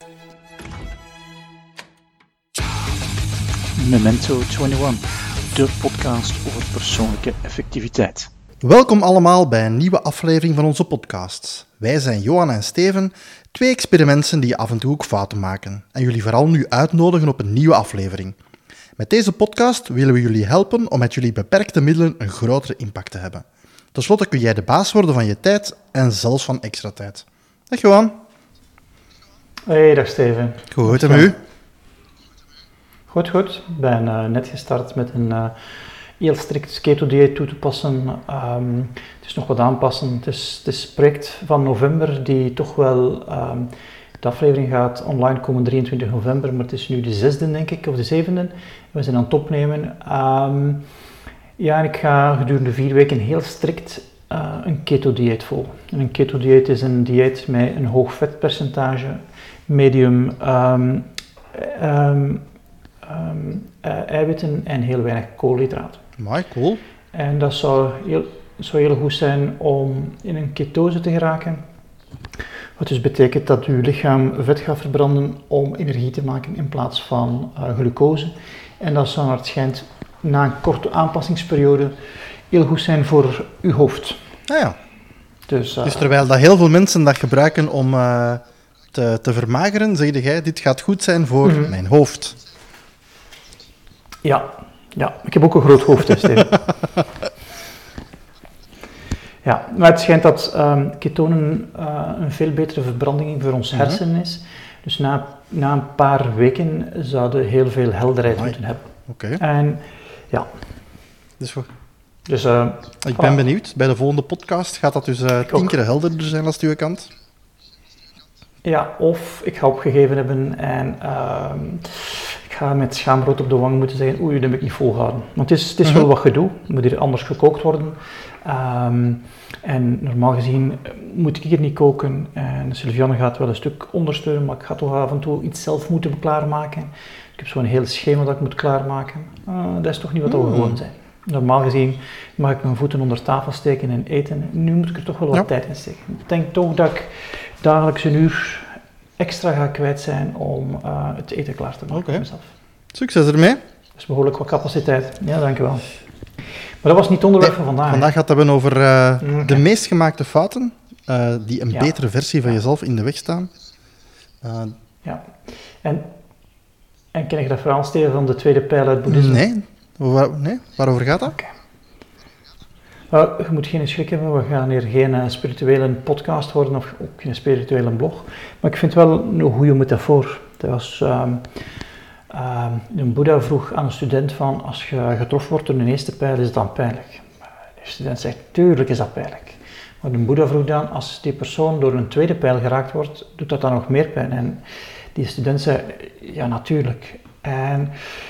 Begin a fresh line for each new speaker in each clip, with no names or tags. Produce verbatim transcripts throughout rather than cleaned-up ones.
Memento eenentwintig, de podcast over persoonlijke effectiviteit.
Welkom allemaal bij een nieuwe aflevering van onze podcast. Wij zijn Johan en Steven, twee experimenten die af en toe ook fouten maken en jullie vooral nu uitnodigen op een nieuwe aflevering. Met deze podcast willen we jullie helpen om met jullie beperkte middelen een grotere impact te hebben. Ten slotte kun jij de baas worden van je tijd en zelfs van extra tijd. Dag Johan.
Hey, dag Steven.
Goed, en met u?
Goed, goed. Ik ben uh, net gestart met een uh, heel strikt keto-dieet toe te passen. Um, het is nog wat aanpassen. Het is, het is een project van november die toch wel... Um, de aflevering gaat online komen drieëntwintig november, maar het is nu de zesde, denk ik, of de zevende. We zijn aan het opnemen. Um, ja, en ik ga gedurende vier weken heel strikt uh, een keto-dieet volgen. En een keto-dieet is een dieet met een hoog vetpercentage, medium... Um, um, Um, uh, eiwitten en heel weinig koolhydraten.
Mooi, cool.
En dat zou heel, zou heel goed zijn om in een ketose te geraken. Wat dus betekent dat uw lichaam vet gaat verbranden om energie te maken in plaats van uh, glucose. En dat zou naar het schijnt na een korte aanpassingsperiode heel goed zijn voor uw hoofd.
Ah ja.
Dus, uh,
dus terwijl dat heel veel mensen dat gebruiken om uh, te, te vermageren, zeg jij, dit gaat goed zijn voor mm-hmm. mijn hoofd.
Ja, ja, ik heb ook een groot hoofd, hè, Steven. Ja, maar het schijnt dat um, ketonen uh, een veel betere verbranding voor ons mm-hmm. hersenen is. Dus na, na een paar weken zouden heel veel helderheid Amai. moeten hebben.
Oké. Okay.
En ja.
Dus,
dus, uh,
ik ben voilà. benieuwd. Bij de volgende podcast gaat dat dus uh, tien keer helderder zijn als uw kant?
Ja, of ik ga opgegeven hebben en... Uh, Ik ga met schaamrood op de wang moeten zeggen, oei, dat heb ik niet volgehouden. Want het is, het is uh-huh. wel wat gedoe, het moet hier anders gekookt worden. Um, en normaal gezien moet ik hier niet koken en Sylviane gaat wel een stuk ondersteunen, maar ik ga toch af en toe iets zelf moeten klaarmaken. Ik heb zo'n heel schema dat ik moet klaarmaken. Uh, dat is toch niet wat we mm. gewoon zijn. Normaal gezien mag ik mijn voeten onder tafel steken en eten. Nu moet ik er toch wel wat ja. tijd in steken. Ik denk toch dat ik dagelijks een uur extra ga kwijt zijn om uh, het eten klaar te maken
okay.
voor mezelf.
Succes ermee.
Dat is behoorlijk wat capaciteit. Ja, dankjewel. Maar dat was niet het onderwerp nee, van vandaag.
Vandaag gaat het hebben over uh, okay. de meest gemaakte fouten uh, die een ja. betere versie van jezelf in de weg staan. Uh,
ja. En, en ken je dat verhaal, Steven, van de tweede pijl uit boeddhisme?
Nee. Waar, nee. Waarover gaat dat?
Okay. Uh, je moet geen schrik hebben, we gaan hier geen uh, spirituele podcast worden of ook geen spirituele blog. Maar ik vind wel een goede metafoor. Dat was, um, um, een Boeddha vroeg aan een student van, als je getroffen wordt door een eerste pijl, is het dan pijnlijk? De student zegt, tuurlijk is dat pijnlijk. Maar de Boeddha vroeg dan, als die persoon door een tweede pijl geraakt wordt, doet dat dan nog meer pijn? En die student zei, ja natuurlijk. En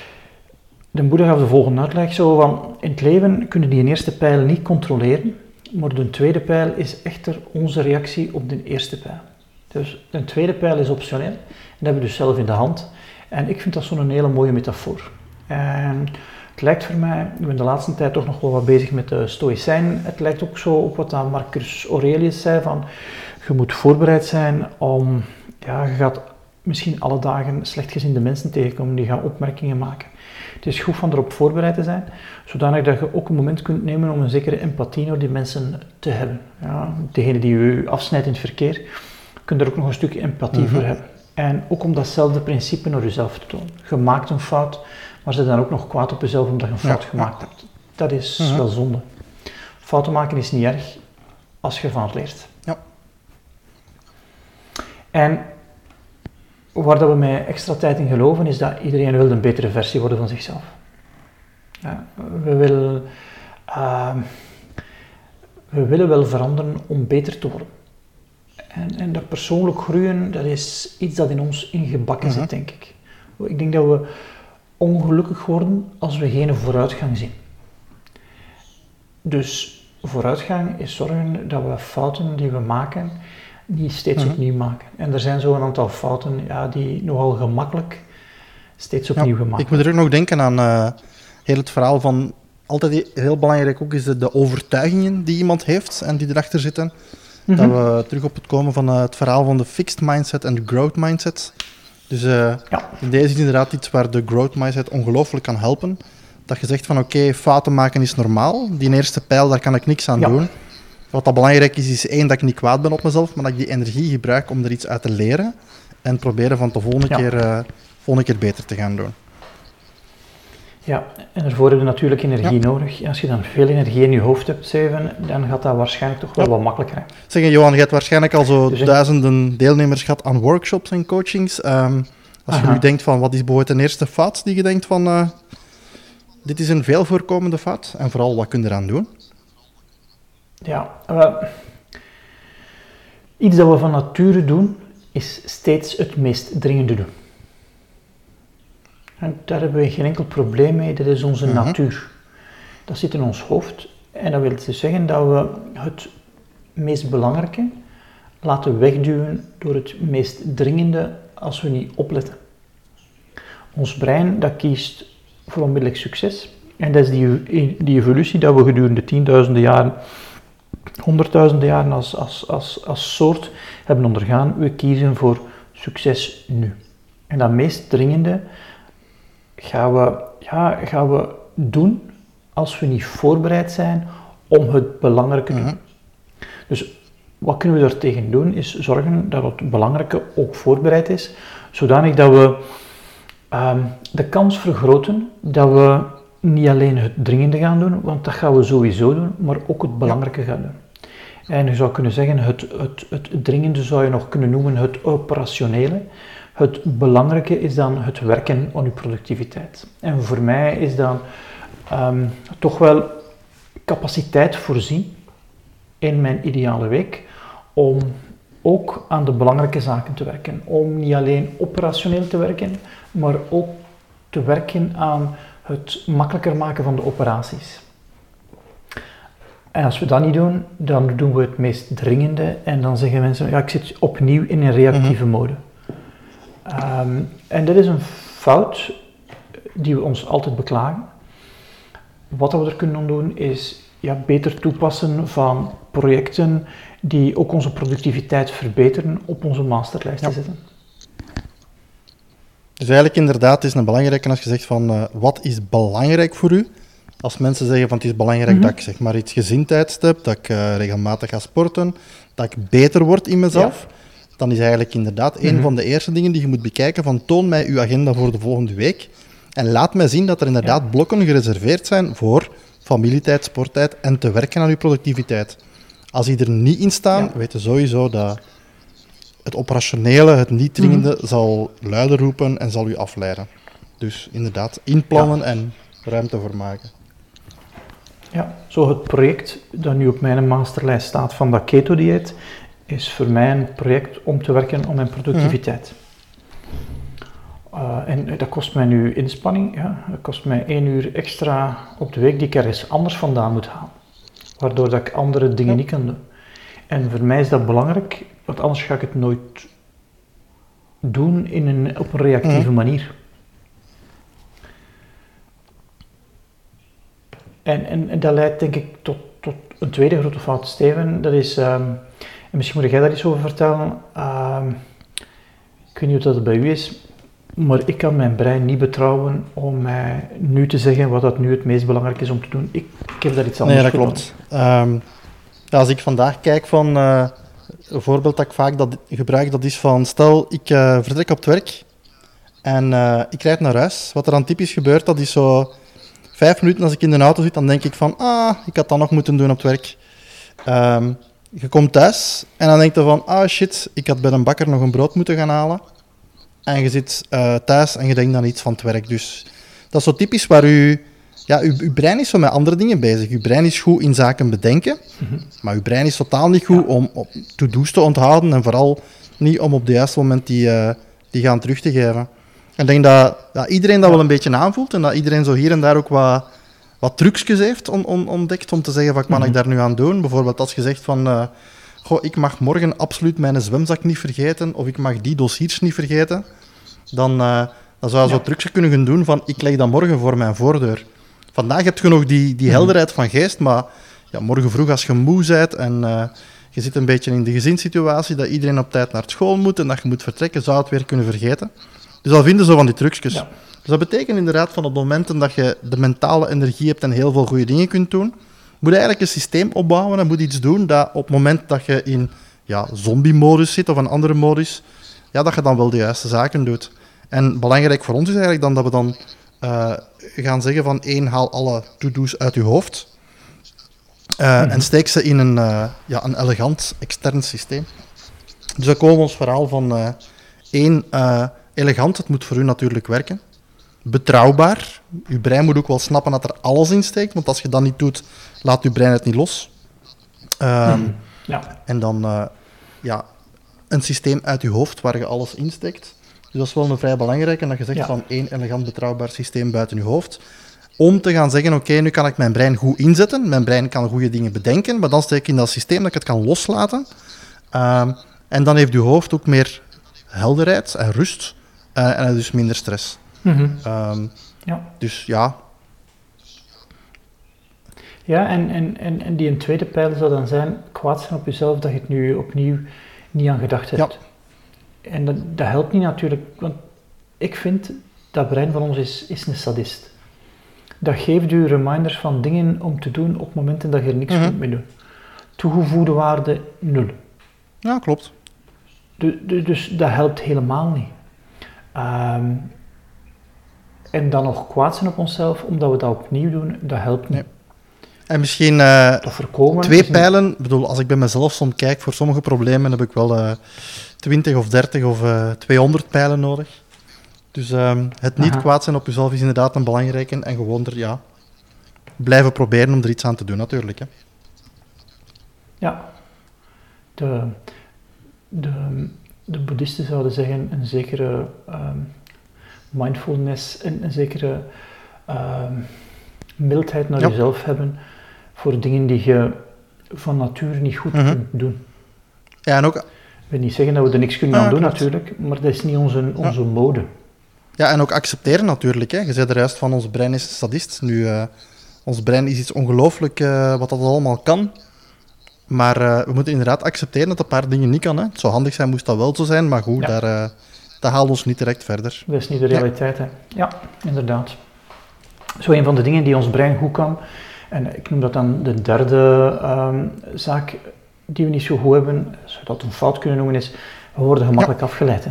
de Boeddha gaf de volgende uitleg, zo van, in het leven kunnen die een eerste pijl niet controleren, maar de tweede pijl is echter onze reactie op de eerste pijl. Dus de tweede pijl is optioneel, en dat hebben we dus zelf in de hand. En ik vind dat zo'n hele mooie metafoor. En het lijkt voor mij, ik ben de laatste tijd toch nog wel wat bezig met de Stoïcijnen, het lijkt ook zo op wat Marcus Aurelius zei, van, je moet voorbereid zijn om, ja, je gaat misschien alle dagen slechtgezinde mensen tegenkomen die gaan opmerkingen maken. Het is goed van erop voorbereid te zijn, zodanig dat je ook een moment kunt nemen om een zekere empathie naar die mensen te hebben. Ja, degene die u afsnijdt in het verkeer, kunt er ook nog een stukje empathie mm-hmm. voor hebben. En ook om datzelfde principe naar jezelf te tonen. Je maakt een fout, maar ze dan ook nog kwaad op jezelf omdat je een fout ja. gemaakt hebt. Dat is mm-hmm. wel zonde. Fouten maken is niet erg, als je ervan leert.
Ja.
En waar dat we met extra tijd in geloven, is dat iedereen wil een betere versie worden van zichzelf. Ja, we, willen, uh, we willen wel veranderen om beter te worden. En, en dat persoonlijk groeien, dat is iets dat in ons ingebakken uh-huh. zit, denk ik. Ik denk dat we ongelukkig worden als we geen vooruitgang zien. Dus vooruitgang is zorgen dat we fouten die we maken, niet steeds uh-huh. opnieuw maken. En er zijn zo'n aantal fouten ja, die nogal gemakkelijk steeds opnieuw
ja,
gemaakt
ik moet er ook nog denken aan uh, heel het verhaal van, altijd heel belangrijk ook is de, de overtuigingen die iemand heeft en die erachter zitten. Mm-hmm. Dat we terug op het komen van uh, het verhaal van de fixed mindset en de growth mindset. Dus uh, ja. Deze is inderdaad iets waar de growth mindset ongelooflijk kan helpen. Dat je zegt van oké, okay, fouten maken is normaal. Die eerste pijl, daar kan ik niks aan ja. doen. Wat dat belangrijk is, is één, dat ik niet kwaad ben op mezelf, maar dat ik die energie gebruik om er iets uit te leren en proberen van de volgende, ja. keer, uh, volgende keer beter te gaan doen.
Ja, en daarvoor heb je natuurlijk energie ja. nodig. Als je dan veel energie in je hoofd hebt, Steven, dan gaat dat waarschijnlijk toch wel ja. wat makkelijker.
Zeg, Johan, je hebt waarschijnlijk al zo dus ik... duizenden deelnemers gehad aan workshops en coachings. Um, als Aha. je nu denkt van, wat is bijvoorbeeld een eerste fout die je denkt van, uh, dit is een veel voorkomende fout, en vooral, wat kun je eraan doen?
Ja, uh, iets dat we van nature doen, is steeds het meest dringende doen. En daar hebben we geen enkel probleem mee, dat is onze uh-huh. natuur. Dat zit in ons hoofd en dat wil dus zeggen dat we het meest belangrijke laten wegduwen door het meest dringende als we niet opletten. Ons brein dat kiest voor onmiddellijk succes en dat is die, die evolutie dat we gedurende tienduizenden jaren, honderdduizenden jaren als, als, als, als soort hebben ondergaan. We kiezen voor succes nu. En dat meest dringende gaan we, ja, gaan we doen als we niet voorbereid zijn om het belangrijke te doen. Uh-huh. Dus wat kunnen we daartegen doen, is zorgen dat het belangrijke ook voorbereid is, zodanig dat we um, de kans vergroten dat we niet alleen het dringende gaan doen, want dat gaan we sowieso doen, maar ook het belangrijke ja. gaan doen. En je zou kunnen zeggen, het, het, het dringende zou je nog kunnen noemen het operationele. Het belangrijke is dan het werken aan je productiviteit. En voor mij is dan um, toch wel capaciteit voorzien in mijn ideale week om ook aan de belangrijke zaken te werken. Om niet alleen operationeel te werken, maar ook te werken aan het makkelijker maken van de operaties. En als we dat niet doen, dan doen we het meest dringende en dan zeggen mensen, ja, ik zit opnieuw in een reactieve mm-hmm. mode. Um, en dat is een fout die we ons altijd beklagen. Wat we er kunnen doen is ja, beter toepassen van projecten die ook onze productiviteit verbeteren op onze masterlijst ja. te zetten.
Dus eigenlijk inderdaad is het belangrijk als je zegt van uh, wat is belangrijk voor u? Als mensen zeggen van het is belangrijk mm-hmm. dat ik zeg maar iets gezindheid heb, dat ik uh, regelmatig ga sporten, dat ik beter word in mezelf, ja. dan is eigenlijk inderdaad mm-hmm. een van de eerste dingen die je moet bekijken van toon mij uw agenda voor de volgende week en laat mij zien dat er inderdaad ja. blokken gereserveerd zijn voor familietijd, sporttijd en te werken aan uw productiviteit. Als die er niet in staan, ja. weet je sowieso dat het operationele, het niet dringende, mm-hmm. zal luider roepen en zal u afleiden. Dus inderdaad, inplannen ja. en ruimte voor maken.
Ja, zo het project dat nu op mijn masterlijst staat van dat keto-dieet, is voor mij een project om te werken aan mijn productiviteit. Mm-hmm. Uh, en dat kost mij nu inspanning, ja. Dat kost mij één uur extra op de week die ik ergens anders vandaan moet halen. Waardoor dat ik andere dingen ja. niet kan doen. En voor mij is dat belangrijk, want anders ga ik het nooit doen in een, op een reactieve mm-hmm. manier. En, en, en dat leidt denk ik tot, tot een tweede grote fout, Steven. Dat is, um, en misschien moet jij daar iets over vertellen. Um, ik weet niet of dat bij u is, maar ik kan mijn brein niet betrouwen om mij nu te zeggen wat dat nu het meest belangrijk is om te doen. Ik, ik heb daar iets anders
Nee, dat klopt. Um, ja, als ik vandaag kijk van uh, een voorbeeld dat ik vaak dat gebruik, dat is van stel ik uh, vertrek op het werk en uh, ik rijd naar huis. Wat er dan typisch gebeurt, dat is zo vijf minuten als ik in de auto zit, dan denk ik van ah, ik had dat nog moeten doen op het werk. Um, je komt thuis en dan denk je van ah shit, ik had bij een bakker nog een brood moeten gaan halen. En je zit uh, thuis en je denkt dan iets van het werk. Dus dat is zo typisch waar u... Ja, uw, uw brein is zo met andere dingen bezig. Uw brein is goed in zaken bedenken, mm-hmm. maar uw brein is totaal niet goed ja. om to-do's te onthouden en vooral niet om op het juiste moment die, uh, die gaan terug te geven. Ik denk dat, dat iedereen dat ja. wel een beetje aanvoelt en dat iedereen zo hier en daar ook wat, wat trucjes heeft on, on, ontdekt om te zeggen wat kan mm-hmm. ik daar nu aan doen. Bijvoorbeeld als je zegt van... Uh, goh, ik mag morgen absoluut mijn zwemzak niet vergeten of ik mag die dossiers niet vergeten, dan, uh, dan zou je ja. zo trucjes kunnen gaan doen van ik leg dat morgen voor mijn voordeur. Vandaag heb je nog die, die helderheid van geest, maar ja, morgen vroeg als je moe bent en uh, je zit een beetje in de gezinssituatie, dat iedereen op tijd naar school moet en dat je moet vertrekken, zou het weer kunnen vergeten. Dus al vinden zo van die trucjes.
Ja.
Dus dat betekent inderdaad van op momenten dat je de mentale energie hebt en heel veel goede dingen kunt doen, moet je eigenlijk een systeem opbouwen en moet iets doen dat op het moment dat je in ja, zombie-modus zit of een andere modus, ja, dat je dan wel de juiste zaken doet. En belangrijk voor ons is eigenlijk dan dat we dan uh, gaan zeggen van één, haal alle to-do's uit je hoofd uh, mm-hmm. en steek ze in een, uh, ja, een elegant extern systeem. Dus dan komen we ons verhaal van uh, één, uh, elegant, het moet voor u natuurlijk werken. Betrouwbaar. Uw brein moet ook wel snappen dat er alles in steekt, want als je dat niet doet, laat uw brein het niet los. Um, mm, ja. En dan uh, ja, een systeem uit je hoofd waar je alles insteekt. Dus dat is wel een vrij belangrijk. En dat je zegt ja. van één elegant betrouwbaar systeem buiten je hoofd. Om te gaan zeggen, oké, okay, nu kan ik mijn brein goed inzetten. Mijn brein kan goede dingen bedenken, maar dan steek ik in dat systeem dat ik het kan loslaten. Um, en dan heeft je hoofd ook meer helderheid en rust. Uh, en dus minder stress.
Mm-hmm.
Um,
ja.
Dus ja.
Ja, en, en, en, en die een tweede pijl zou dan zijn, kwaad zijn op jezelf dat je het nu opnieuw niet aan gedacht hebt. Ja. En dat, dat helpt niet natuurlijk, want ik vind dat brein van ons is, is een sadist. Dat geeft u reminders van dingen om te doen op momenten dat je er niks mm-hmm. kunt mee doen. Toegevoegde waarde nul.
Ja, klopt.
Du, du, dus dat helpt helemaal niet. Um, en dan nog kwaad zijn op onszelf, omdat we dat opnieuw doen, dat helpt niet.
Nee. En misschien uh,
voorkomen,
twee pijlen. Ik bedoel, als ik bij mezelf soms kijk, voor sommige problemen heb ik wel uh, twintig of dertig of uh, tweehonderd pijlen nodig. Dus um, het niet Aha. kwaad zijn op jezelf is inderdaad een belangrijke. En gewoon er, ja, blijven proberen om er iets aan te doen, natuurlijk. Hè.
Ja. De, de, de boeddhisten zouden zeggen, een zekere um, mindfulness, en een zekere um, mildheid naar ja. jezelf hebben voor dingen die je van nature niet goed mm-hmm. kunt doen.
Ja, en ook...
Ik wil niet zeggen dat we er niks kunnen aan ja, doen klopt. natuurlijk, maar dat is niet onze, onze ja. mode.
Ja, en ook accepteren natuurlijk. Hè. Je zei er juist van, ons brein is sadist. Nu, uh, ons brein is iets ongelooflijk uh, wat dat allemaal kan. Maar uh, we moeten inderdaad accepteren dat een paar dingen niet kan. Hè. Het zou handig zijn, moest dat wel zo zijn, maar goed, ja. daar, uh, dat haalt ons niet direct verder.
Dat is niet de realiteit, ja. hè. Ja, inderdaad. Zo een van de dingen die ons brein goed kan, en ik noem dat dan de derde um, zaak die we niet zo goed hebben, zou dat een fout kunnen noemen, is we worden gemakkelijk ja. afgeleid. Hè.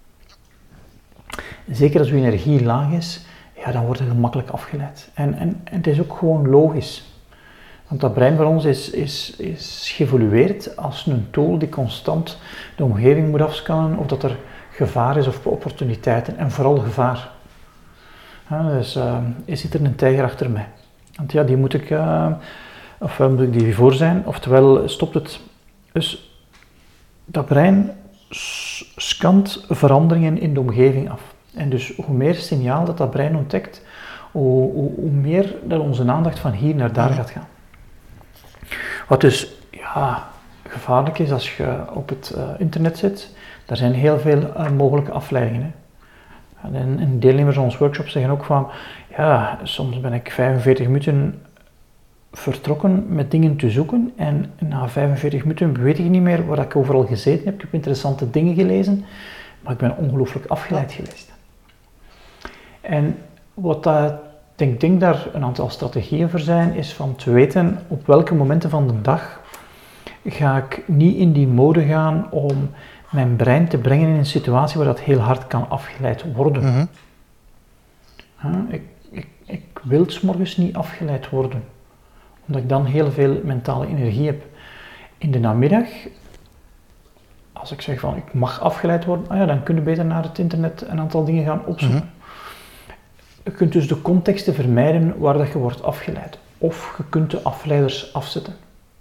Zeker als uw energie laag is, ja, dan wordt je gemakkelijk afgeleid. En, en, en het is ook gewoon logisch. Want dat brein van ons is, is, is geëvolueerd als een tool die constant de omgeving moet afscannen, of dat er gevaar is of opportuniteiten, en vooral gevaar. Ja, dus uh, is zit er een tijger achter mij? Want ja, die moet ik, uh, ofwel moet ik die voor zijn, oftewel stopt het. Dus dat brein scant veranderingen in de omgeving af. En dus hoe meer signaal dat dat brein ontdekt, hoe, hoe, hoe meer dat onze aandacht van hier naar daar gaat gaan. Wat dus ja, gevaarlijk is als je op het uh, internet zit, daar zijn heel veel uh, mogelijke afleidingen. Hè. En, en deelnemers van ons workshop zeggen ook van, ja, soms ben ik vijfenveertig minuten vertrokken met dingen te zoeken en na vijfenveertig minuten weet ik niet meer waar ik overal gezeten heb. Ik heb interessante dingen gelezen, maar ik ben ongelooflijk afgeleid geweest. En wat dat, ik denk daar een aantal strategieën voor zijn, is van te weten op welke momenten van de dag ga ik niet in die mode gaan om mijn brein te brengen in een situatie waar dat heel hard kan afgeleid worden. Mm-hmm. Ja, ik, ik, ik wil 's morgens niet afgeleid worden, omdat ik dan heel veel mentale energie heb. In de namiddag, als ik zeg van ik mag afgeleid worden, ah ja, dan kun je beter naar het internet een aantal dingen gaan opzoeken. Mm-hmm. Je kunt dus de contexten vermijden waar dat je wordt afgeleid. Of je kunt de afleiders afzetten.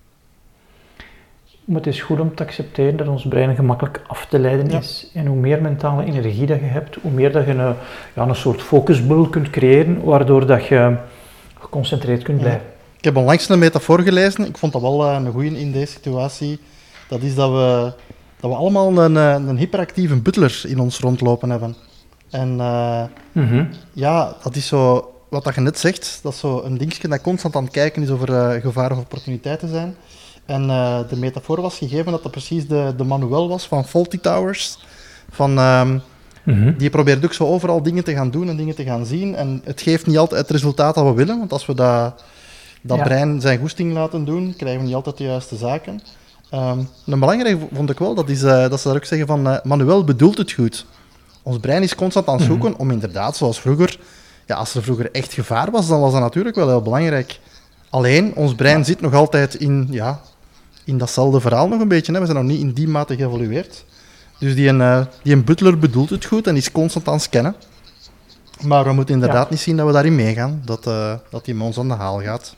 Maar het is goed om te accepteren dat ons brein gemakkelijk af te leiden is. Ja. En hoe meer mentale energie dat je hebt, hoe meer dat je een, ja, een soort focusbubbel kunt creëren, waardoor dat je geconcentreerd kunt blijven. Ja.
Ik heb onlangs een metafoor gelezen, ik vond dat wel uh, een goeie in deze situatie. Dat is dat we, dat we allemaal een, een hyperactieve butler in ons rondlopen hebben. En uh, mm-hmm. ja, dat is zo, wat dat je net zegt, dat is zo een dingetje dat constant aan het kijken is over uh, gevaar of opportuniteiten zijn. En uh, de metafoor was gegeven dat dat precies de, de manuel was van Fawlty Towers. Van, um, mm-hmm. Die probeert ook zo overal dingen te gaan doen en dingen te gaan zien. En het geeft niet altijd het resultaat dat we willen, want als we dat, dat ja. brein zijn goesting laten doen, krijgen we niet altijd de juiste zaken. Um, een belangrijke vond ik wel, dat, is, uh, dat ze daar ook zeggen van, uh, manuel bedoelt het goed. Ons brein is constant aan het zoeken mm-hmm. om inderdaad, zoals vroeger, ja, als er vroeger echt gevaar was, dan was dat natuurlijk wel heel belangrijk. Alleen, ons brein ja. zit nog altijd in, ja, in datzelfde verhaal nog een beetje. Hè. We zijn nog niet in die mate geëvolueerd. Dus die, een, uh, die een butler bedoelt het goed en is constant aan het scannen. Maar we moeten inderdaad ja. niet zien dat we daarin meegaan, dat, uh, dat die met ons aan de haal gaat.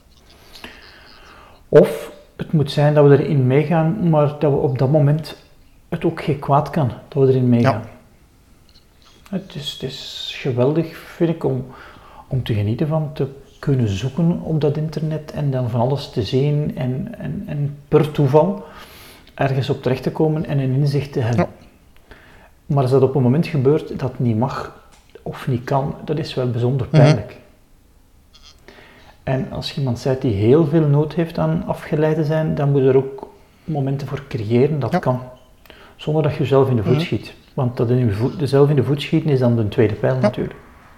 Of het moet zijn dat we erin meegaan, maar dat we op dat moment het ook geen kwaad kan, dat we erin meegaan. Ja. Het, is, het is geweldig, vind ik, om, om te genieten van te kunnen zoeken op dat internet en dan van alles te zien en, en, en per toeval ergens op terecht te komen en een inzicht te hebben. Ja. Maar als dat op een moment gebeurt dat niet mag of niet kan, dat is wel bijzonder pijnlijk. Mm-hmm. En als iemand zegt die heel veel nood heeft aan afgeleid zijn, dan moet er ook momenten voor creëren dat ja. kan. Zonder dat je jezelf in de voet mm-hmm. schiet. Want dat in je voet, jezelf in de voet schieten is dan de tweede pijl ja. natuurlijk.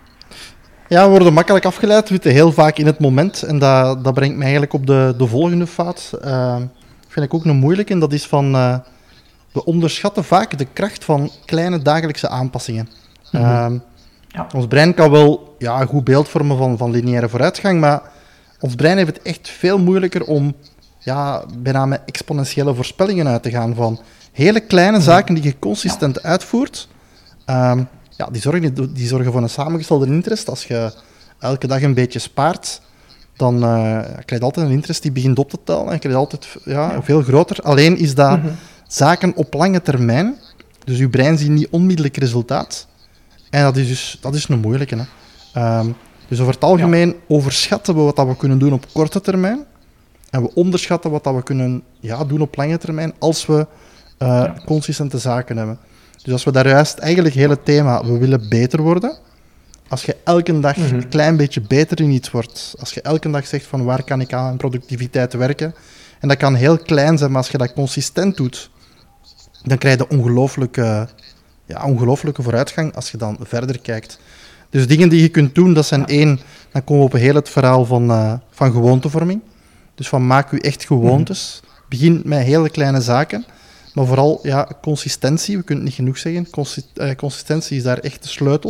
Ja, we worden makkelijk afgeleid, we zitten heel vaak in het moment. En dat, dat brengt mij eigenlijk op de, de volgende fout. Uh, vind ik ook een moeilijke, en dat is van... Uh, we onderschatten vaak de kracht van kleine dagelijkse aanpassingen. Mm-hmm. Uh, ja. Ons brein kan wel ja, een goed beeld vormen van, van lineaire vooruitgang, maar ons brein heeft het echt veel moeilijker om ja, bijna met exponentiële voorspellingen uit te gaan van hele kleine zaken die je consistent ja. uitvoert. Um, ja, die, zorgen, die zorgen voor een samengestelde interest. Als je elke dag een beetje spaart, dan uh, krijg je altijd een interest die begint op te tellen en je krijgt altijd ja, ja. veel groter. Alleen is dat mm-hmm. zaken op lange termijn, dus je brein ziet niet onmiddellijk resultaat. En dat is dus dat is een moeilijke. Hè. Um, dus over het algemeen ja. overschatten we wat dat we kunnen doen op korte termijn. En we onderschatten wat dat we kunnen ja, doen op lange termijn als we uh, ja. consistente zaken hebben. Dus als we daar juist eigenlijk het hele thema, we willen beter worden. Als je elke dag mm-hmm. een klein beetje beter in iets wordt. Als je elke dag zegt van waar kan ik aan mijn productiviteit werken. En dat kan heel klein zijn, maar als je dat consistent doet, dan krijg je ongelooflijke, ja, ongelooflijke vooruitgang als je dan verder kijkt. Dus dingen die je kunt doen, dat zijn één, dan komen we op heel het verhaal van, uh, van gewoontevorming. Dus van maak je echt gewoontes. Mm-hmm. Begin met hele kleine zaken. Maar vooral ja, consistentie, we kunnen het niet genoeg zeggen. Consi- uh, consistentie is daar echt de sleutel.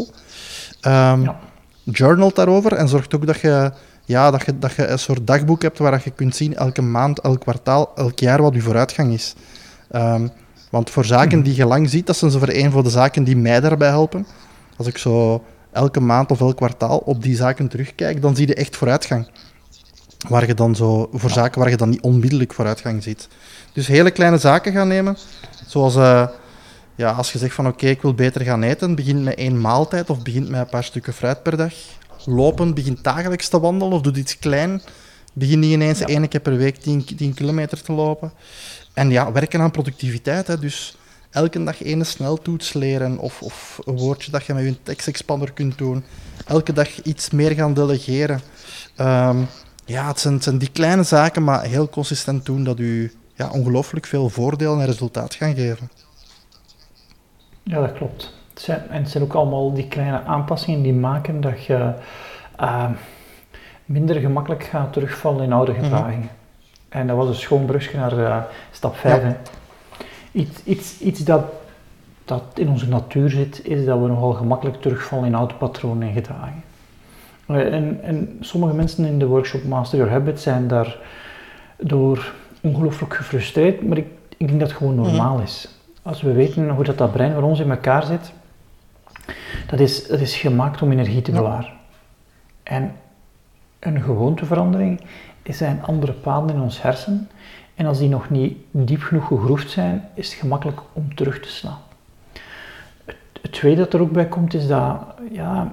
Um, ja. Journal daarover en zorg ook dat je, ja, dat, je, dat je een soort dagboek hebt waar je kunt zien elke maand, elk kwartaal, elk jaar wat je vooruitgang is. Um, want voor zaken mm-hmm. die je lang ziet, dat zijn zo voor een van de zaken die mij daarbij helpen. Als ik zo elke maand of elk kwartaal op die zaken terugkijk, dan zie je echt vooruitgang. Waar je dan zo, voor zaken waar je dan niet onmiddellijk vooruitgang ziet. Dus hele kleine zaken gaan nemen. Zoals uh, ja, als je zegt van oké, okay, ik wil beter gaan eten, begin met één maaltijd of begin met een paar stukken fruit per dag. Lopen, begin dagelijks te wandelen of doe iets klein. Begin niet ineens ja. één keer per week tien kilometer te lopen. En ja, werken aan productiviteit. Hè. Dus elke dag één sneltoets leren of, of een woordje dat je met je tekstexpander kunt doen. Elke dag iets meer gaan delegeren. Um, ja, het zijn, het zijn die kleine zaken, maar heel consistent doen dat u ja, ongelooflijk veel voordeel en resultaat gaan geven.
Ja, dat klopt. Het zijn, en het zijn ook allemaal die kleine aanpassingen die maken dat je uh, minder gemakkelijk gaat terugvallen in oude gedragingen. Mm-hmm. En dat was een schoon brugje naar uh, stap vijf. Ja. Iets, iets, iets dat, dat in onze natuur zit, is dat we nogal gemakkelijk terugvallen in oude patronen en gedragingen. En, en sommige mensen in de workshop Master Your Habits zijn daar door ongelooflijk gefrustreerd, maar ik, ik denk dat het gewoon normaal is. Als we weten hoe dat, dat brein van ons in elkaar zit, dat is, dat is gemaakt om energie te bewaren. En een gewoonteverandering zijn andere paden in ons hersen, en als die nog niet diep genoeg gegroefd zijn, is het gemakkelijk om terug te slaan. Het, het tweede dat er ook bij komt, is dat ja,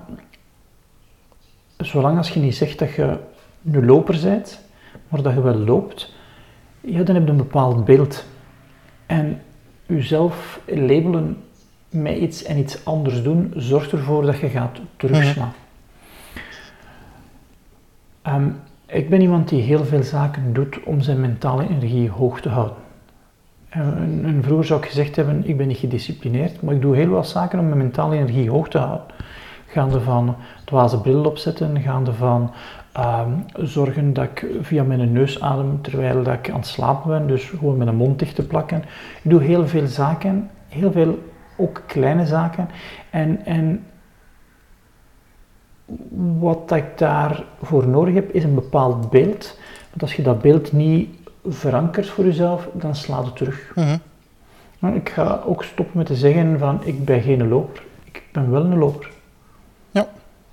zolang als je niet zegt dat je een loper bent, maar dat je wel loopt, ja, dan heb je een bepaald beeld. En jezelf labelen met iets en iets anders doen, zorgt ervoor dat je gaat terugslaan. Mm-hmm. Um, Ik ben iemand die heel veel zaken doet om zijn mentale energie hoog te houden. En, en vroeger zou ik gezegd hebben, ik ben niet gedisciplineerd, maar ik doe heel veel zaken om mijn mentale energie hoog te houden. Gaande van dwaze bril opzetten, gaande van uh, zorgen dat ik via mijn neus adem terwijl dat ik aan het slapen ben, dus gewoon met een mond dicht te plakken. Ik doe heel veel zaken, heel veel ook kleine zaken. En, en wat ik daarvoor nodig heb, is een bepaald beeld. Want als je dat beeld niet verankert voor jezelf, dan slaat het terug.
Mm-hmm.
Nou, ik ga ook stoppen met te zeggen van, ik ben geen loper. Ik ben wel een loper.
Ja.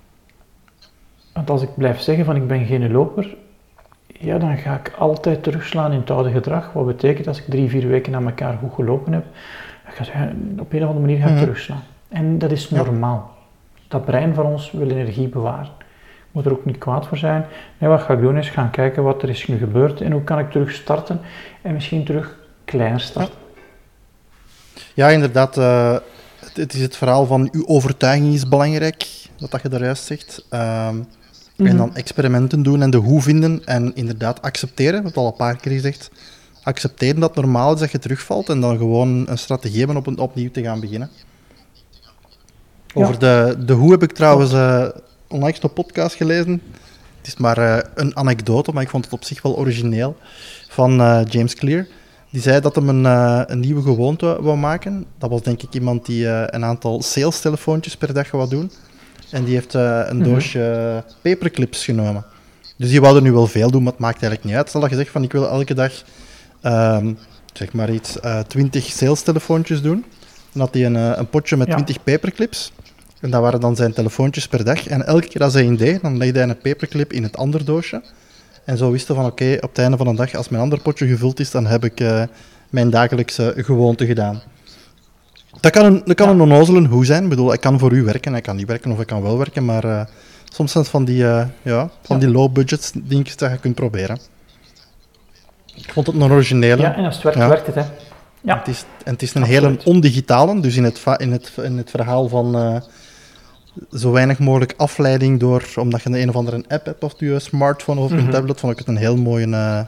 Want als ik blijf zeggen van, ik ben geen loper, ja, dan ga ik altijd terugslaan in het oude gedrag. Wat betekent als ik drie, vier weken aan elkaar goed gelopen heb, ga, op een of andere manier ga ik mm-hmm. terugslaan. En dat is normaal. Ja. Dat brein van ons wil energie bewaren. Ik moet er ook niet kwaad voor zijn. Nee, wat ga ik doen is gaan kijken wat er is nu gebeurd en hoe kan ik terug starten en misschien terug kleiner starten.
Ja, ja inderdaad. Uh, het, het is het verhaal van uw overtuiging is belangrijk, wat dat je daar juist zegt. Um, mm-hmm. En dan experimenten doen en de hoe vinden en inderdaad accepteren, wat al een paar keer gezegd. Accepteren dat het normaal is dat je terugvalt en dan gewoon een strategie hebben om op, opnieuw te gaan beginnen. Over ja. de, de hoe heb ik trouwens uh, onlangs een podcast gelezen. Het is maar uh, een anekdote, maar ik vond het op zich wel origineel. Van uh, James Clear. Die zei dat hij een, uh, een nieuwe gewoonte wou maken. Dat was denk ik iemand die uh, een aantal salestelefoontjes per dag wou doen. En die heeft uh, een mm-hmm. doosje uh, paperclips genomen. Dus die wou er nu wel veel doen, maar het maakt eigenlijk niet uit. Stel dat je zegt van ik wil elke dag um, zeg maar iets, uh, twintig salestelefoontjes doen. Dan had hij een, uh, een potje met ja. twintig paperclips. En dat waren dan zijn telefoontjes per dag. En elke keer als hij een deed, dan legde hij een paperclip in het andere doosje. En zo wist hij van oké, okay, op het einde van de dag, als mijn ander potje gevuld is, dan heb ik uh, mijn dagelijkse gewoonte gedaan. Dat kan een, dat kan ja. een onnozele hoe zijn. Ik bedoel, hij kan voor u werken, hij kan niet werken of hij kan wel werken. Maar uh, soms zijn het van die, uh, ja, van ja. die low-budget dingetjes dat je kunt proberen. Ik vond het een originele.
Ja, en als het werkt, ja. werkt het, hè. Ja.
Het is, en het is een Absoluut. hele ondigitale, dus in het, va- in het, in het verhaal van uh, zo weinig mogelijk afleiding door, omdat je een, een of andere app hebt of je smartphone of mm-hmm. een tablet, vond ik het een heel mooie, uh,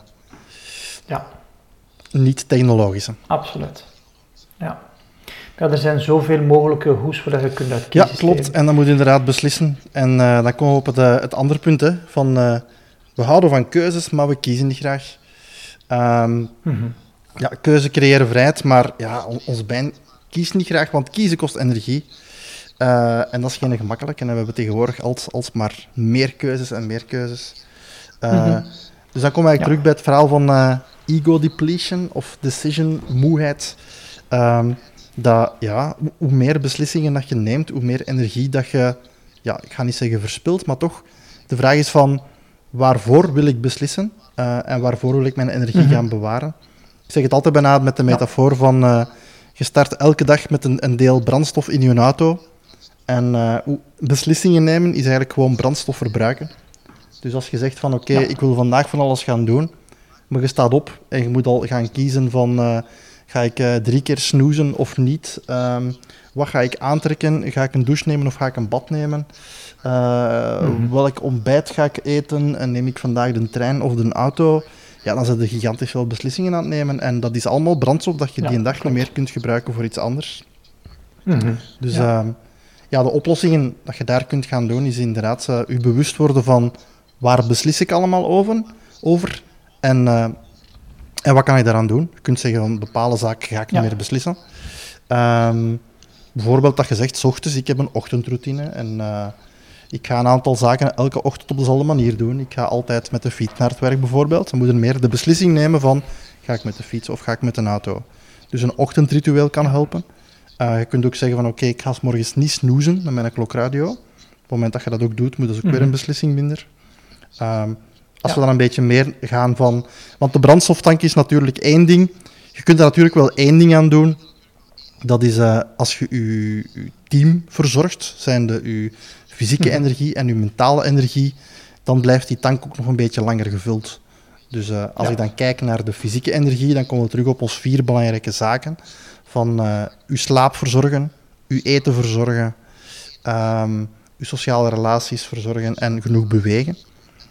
ja.
niet-technologische.
Absoluut. Ja. Ja, er zijn zoveel mogelijke hoes waar je kunt uit kiezen.
Ja, klopt. En dan moet je inderdaad beslissen. En uh, dan komen we op het, uh, het andere punt, hè, van uh, we houden van keuzes, maar we kiezen niet graag. Um, mm-hmm. Ja, keuze creëren vrijheid, maar ja, ons brein kiest niet graag, want kiezen kost energie. Uh, en dat is geen gemakkelijk. En we hebben tegenwoordig als, als maar meer keuzes en meer keuzes. Uh, mm-hmm. Dus dan kom ik eigenlijk ja. terug bij het verhaal van uh, ego depletion of decision moeheid. Um, dat, ja, hoe meer beslissingen dat je neemt, hoe meer energie dat je, ja, ik ga niet zeggen verspilt, maar toch, de vraag is van, waarvoor wil ik beslissen? Uh, en waarvoor wil ik mijn energie mm-hmm. gaan bewaren? Ik zeg het altijd bijna met de metafoor van, uh, je start elke dag met een, een deel brandstof in je auto. En uh, beslissingen nemen is eigenlijk gewoon brandstof verbruiken. Dus als je zegt van, oké, okay, ja. ik wil vandaag van alles gaan doen, maar je staat op en je moet al gaan kiezen van, uh, ga ik uh, drie keer snoezen of niet? Um, wat ga ik aantrekken? Ga ik een douche nemen of ga ik een bad nemen? Uh, mm-hmm. Welk ontbijt ga ik eten? En neem ik vandaag de trein of de auto? Ja, dan zijn er gigantisch veel beslissingen aan het nemen. En dat is allemaal brandstof dat je ja, die een dag klopt. niet meer kunt gebruiken voor iets anders.
Mm-hmm.
Dus ja. Uh, ja, de oplossingen dat je daar kunt gaan doen, is inderdaad uh, je bewust worden van waar beslis ik allemaal over, over en, uh, en wat kan ik daaraan doen. Je kunt zeggen van bepaalde zaken ga ik niet ja. meer beslissen. Um, bijvoorbeeld dat je zegt, 's ochtends, ik heb een ochtendroutine en uh, ik ga een aantal zaken elke ochtend op dezelfde manier doen. Ik ga altijd met de fiets naar het werk bijvoorbeeld. Dan moet je meer de beslissing nemen van, ga ik met de fiets of ga ik met een auto. Dus een ochtendritueel kan helpen. Uh, je kunt ook zeggen van, oké, okay, ik ga 's morgens niet snoezen met mijn klokradio. Op het moment dat je dat ook doet, moet dat ook mm-hmm. weer een beslissing minder. Um, als ja. we dan een beetje meer gaan van... Want de brandstoftank is natuurlijk één ding. Je kunt er natuurlijk wel één ding aan doen. Dat is uh, als je je, je team verzorgt, zijnde je fysieke mm-hmm. energie en je mentale energie, dan blijft die tank ook nog een beetje langer gevuld. Dus uh, als ja. ik dan kijk naar de fysieke energie, dan komen we terug op ons vier belangrijke zaken. Van uh, uw slaap verzorgen, uw eten verzorgen, um, uw sociale relaties verzorgen en genoeg bewegen.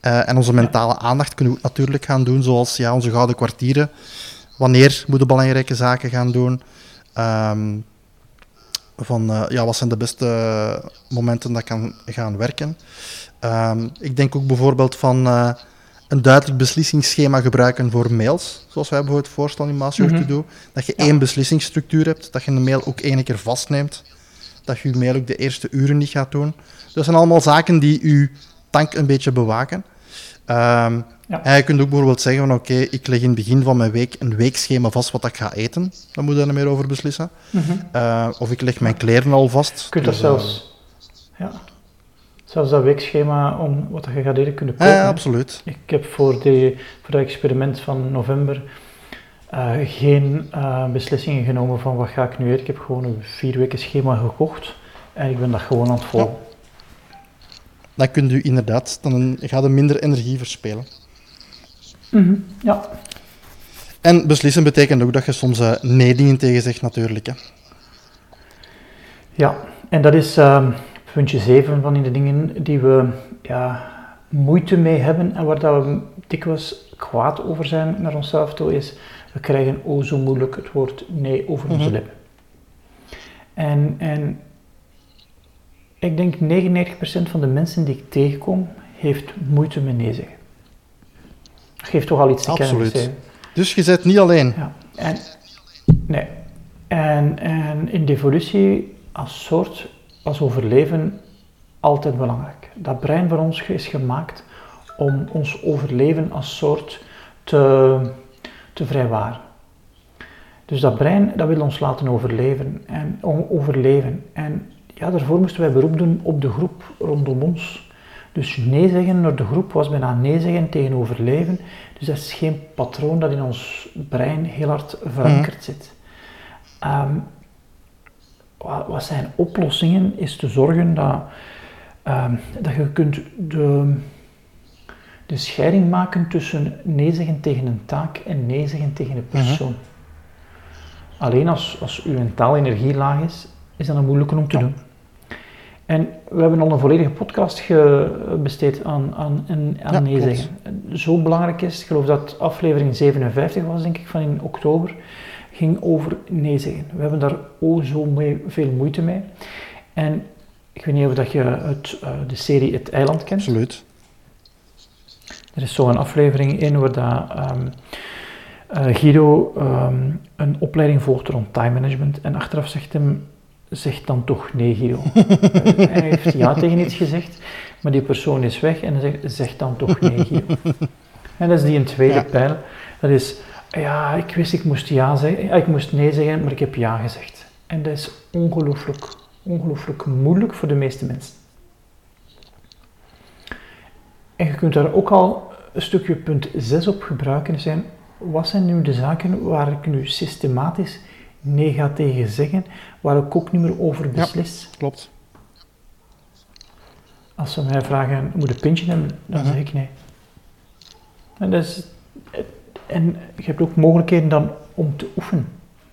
Uh, en onze mentale aandacht kunnen we ook natuurlijk gaan doen, zoals ja, onze gouden kwartieren. Wanneer moeten we belangrijke zaken gaan doen? Um, van, uh, ja, wat zijn de beste momenten dat ik kan gaan werken? Um, ik denk ook bijvoorbeeld van uh, een duidelijk beslissingsschema gebruiken voor mails, zoals wij bijvoorbeeld voorstellen in Master mm-hmm. to Do. Dat je ja. één beslissingsstructuur hebt, dat je een mail ook één keer vastneemt, dat je je mail ook de eerste uren niet gaat doen. Dat zijn allemaal zaken die je tank een beetje bewaken. Um, ja. En je kunt ook bijvoorbeeld zeggen van oké, okay, ik leg in het begin van mijn week een weekschema vast wat ik ga eten. Daar moet je er meer over beslissen. Mm-hmm. Uh, of ik leg mijn kleren al vast.
Je kunt dus, er zelfs, uh, ja, zelfs dat weekschema om wat je gaat eten kunnen
kopen. Ja, ja, absoluut.
Ik heb voor, die, voor dat experiment van november uh, geen uh, beslissingen genomen van wat ga ik nu eten. Ik heb gewoon een vier weken schema gekocht en ik ben dat gewoon aan het volgen. Ja.
Dan kun je inderdaad, dan gaat er minder energie verspelen.
Mm-hmm, ja.
En beslissen betekent ook dat je soms uh, nee dingen tegen zegt natuurlijk. Hè.
Ja, en dat is uh, puntje zeven van in de dingen die we ja, moeite mee hebben en waar dat we dikwijls kwaad over zijn naar onszelf toe is, we krijgen oh zo moeilijk het woord nee over onze mm-hmm. lippen. En, en ik denk negenennegentig procent van de mensen die ik tegenkom, heeft moeite met nee zeggen. Dat geeft toch al iets te kennen.
Absoluut. Dus je bent niet alleen.
Ja. En, nee. En, en in de evolutie als soort, als overleven, altijd belangrijk. Dat brein van ons is gemaakt om ons overleven als soort te, te vrijwaren. Dus dat brein, dat wil ons laten overleven en overleven. En ja, daarvoor moesten wij beroep doen op de groep rondom ons. Dus nee zeggen naar de groep was bijna nee zeggen tegen overleven. Dus dat is geen patroon dat in ons brein heel hard verankerd mm. zit. Um, wat zijn oplossingen is te zorgen dat, um, dat je kunt de, de scheiding maken tussen nee zeggen tegen een taak en nee zeggen tegen een persoon. Mm-hmm. Alleen als, als uw taalenergie laag is, is dat een moeilijke om te ja. doen. En we hebben al een volledige podcast ge- besteed aan, aan, aan ja, nee zeggen. Zo belangrijk is, ik geloof dat aflevering zevenenvijftig was, denk ik, van in oktober, ging over nee zeggen. We hebben daar oh zo mee, veel moeite mee. En ik weet niet of dat je het, uh, de serie Het Eiland kent.
Absoluut.
Er is zo'n aflevering in waar dat, um, uh, Guido um, een opleiding volgt rond time management en achteraf zegt hem, zeg dan toch nee, Guido. Hij heeft ja tegen iets gezegd, maar die persoon is weg en hij zegt, zeg dan toch nee, Guido. En dat is die een tweede ja. pijl. Dat is, ja, ik wist ik moest ja zeggen, ik moest nee zeggen, maar ik heb ja gezegd. En dat is ongelooflijk, ongelooflijk moeilijk voor de meeste mensen. En je kunt daar ook al een stukje punt zes op gebruiken. Zijn, wat zijn nu de zaken waar ik nu systematisch nee ga tegen zeggen, waar ik ook niet meer over beslis?
Ja, klopt.
Als ze mij vragen, moet je een pintje hebben? Dan uh-huh. zeg ik nee. En, dat is, en je hebt ook mogelijkheden dan om te oefenen.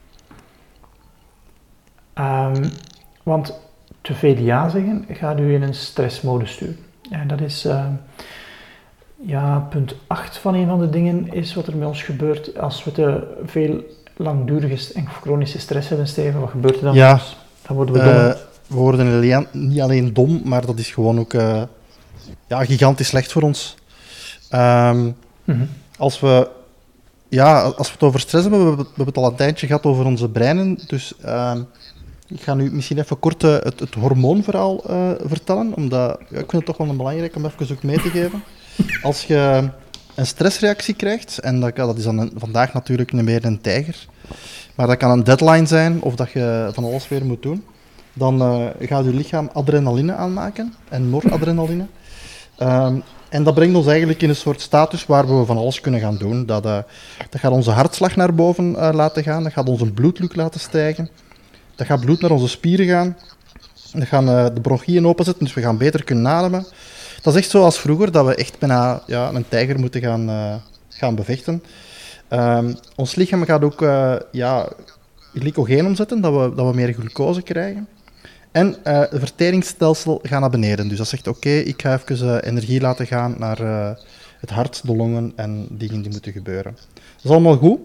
Um, want te veel ja zeggen gaat u in een stressmodus sturen. En dat is, uh, ja, punt acht van een van de dingen is wat er met ons gebeurt als we te veel langdurige en chronische stress hebben, Steven. Wat gebeurt er dan?
Ja,
met ons? Dan worden we dom. Uh,
we worden niet alleen dom, maar dat is gewoon ook uh, ja, gigantisch slecht voor ons. Um, mm-hmm. Als we ja, als we het over stress hebben, we hebben, we hebben het al een tijdje gehad over onze breinen, dus uh, ik ga nu misschien even kort uh, het, het hormoonverhaal uh, vertellen, omdat ja, ik vind het toch wel een belangrijk om even ook mee te geven. Als je een stressreactie krijgt, en dat, dat is dan een, vandaag natuurlijk niet meer een tijger, maar dat kan een deadline zijn of dat je van alles weer moet doen, dan uh, gaat je lichaam adrenaline aanmaken en noradrenaline. Um, En dat brengt ons eigenlijk in een soort status waar we van alles kunnen gaan doen. Dat, uh, dat gaat onze hartslag naar boven uh, laten gaan, dat gaat onze bloeddruk laten stijgen, dat gaat bloed naar onze spieren gaan, dat gaan uh, de bronchieën openzetten, dus we gaan beter kunnen ademen. Dat is echt zoals vroeger, dat we echt bijna ja, een tijger moeten gaan, uh, gaan bevechten. Um, ons lichaam gaat ook uh, ja, glycogeen omzetten, dat we, dat we meer glucose krijgen. En uh, het verteringsstelsel gaat naar beneden. Dus dat zegt, oké, okay, ik ga even uh, energie laten gaan naar uh, het hart, de longen en dingen die moeten gebeuren. Dat is allemaal goed.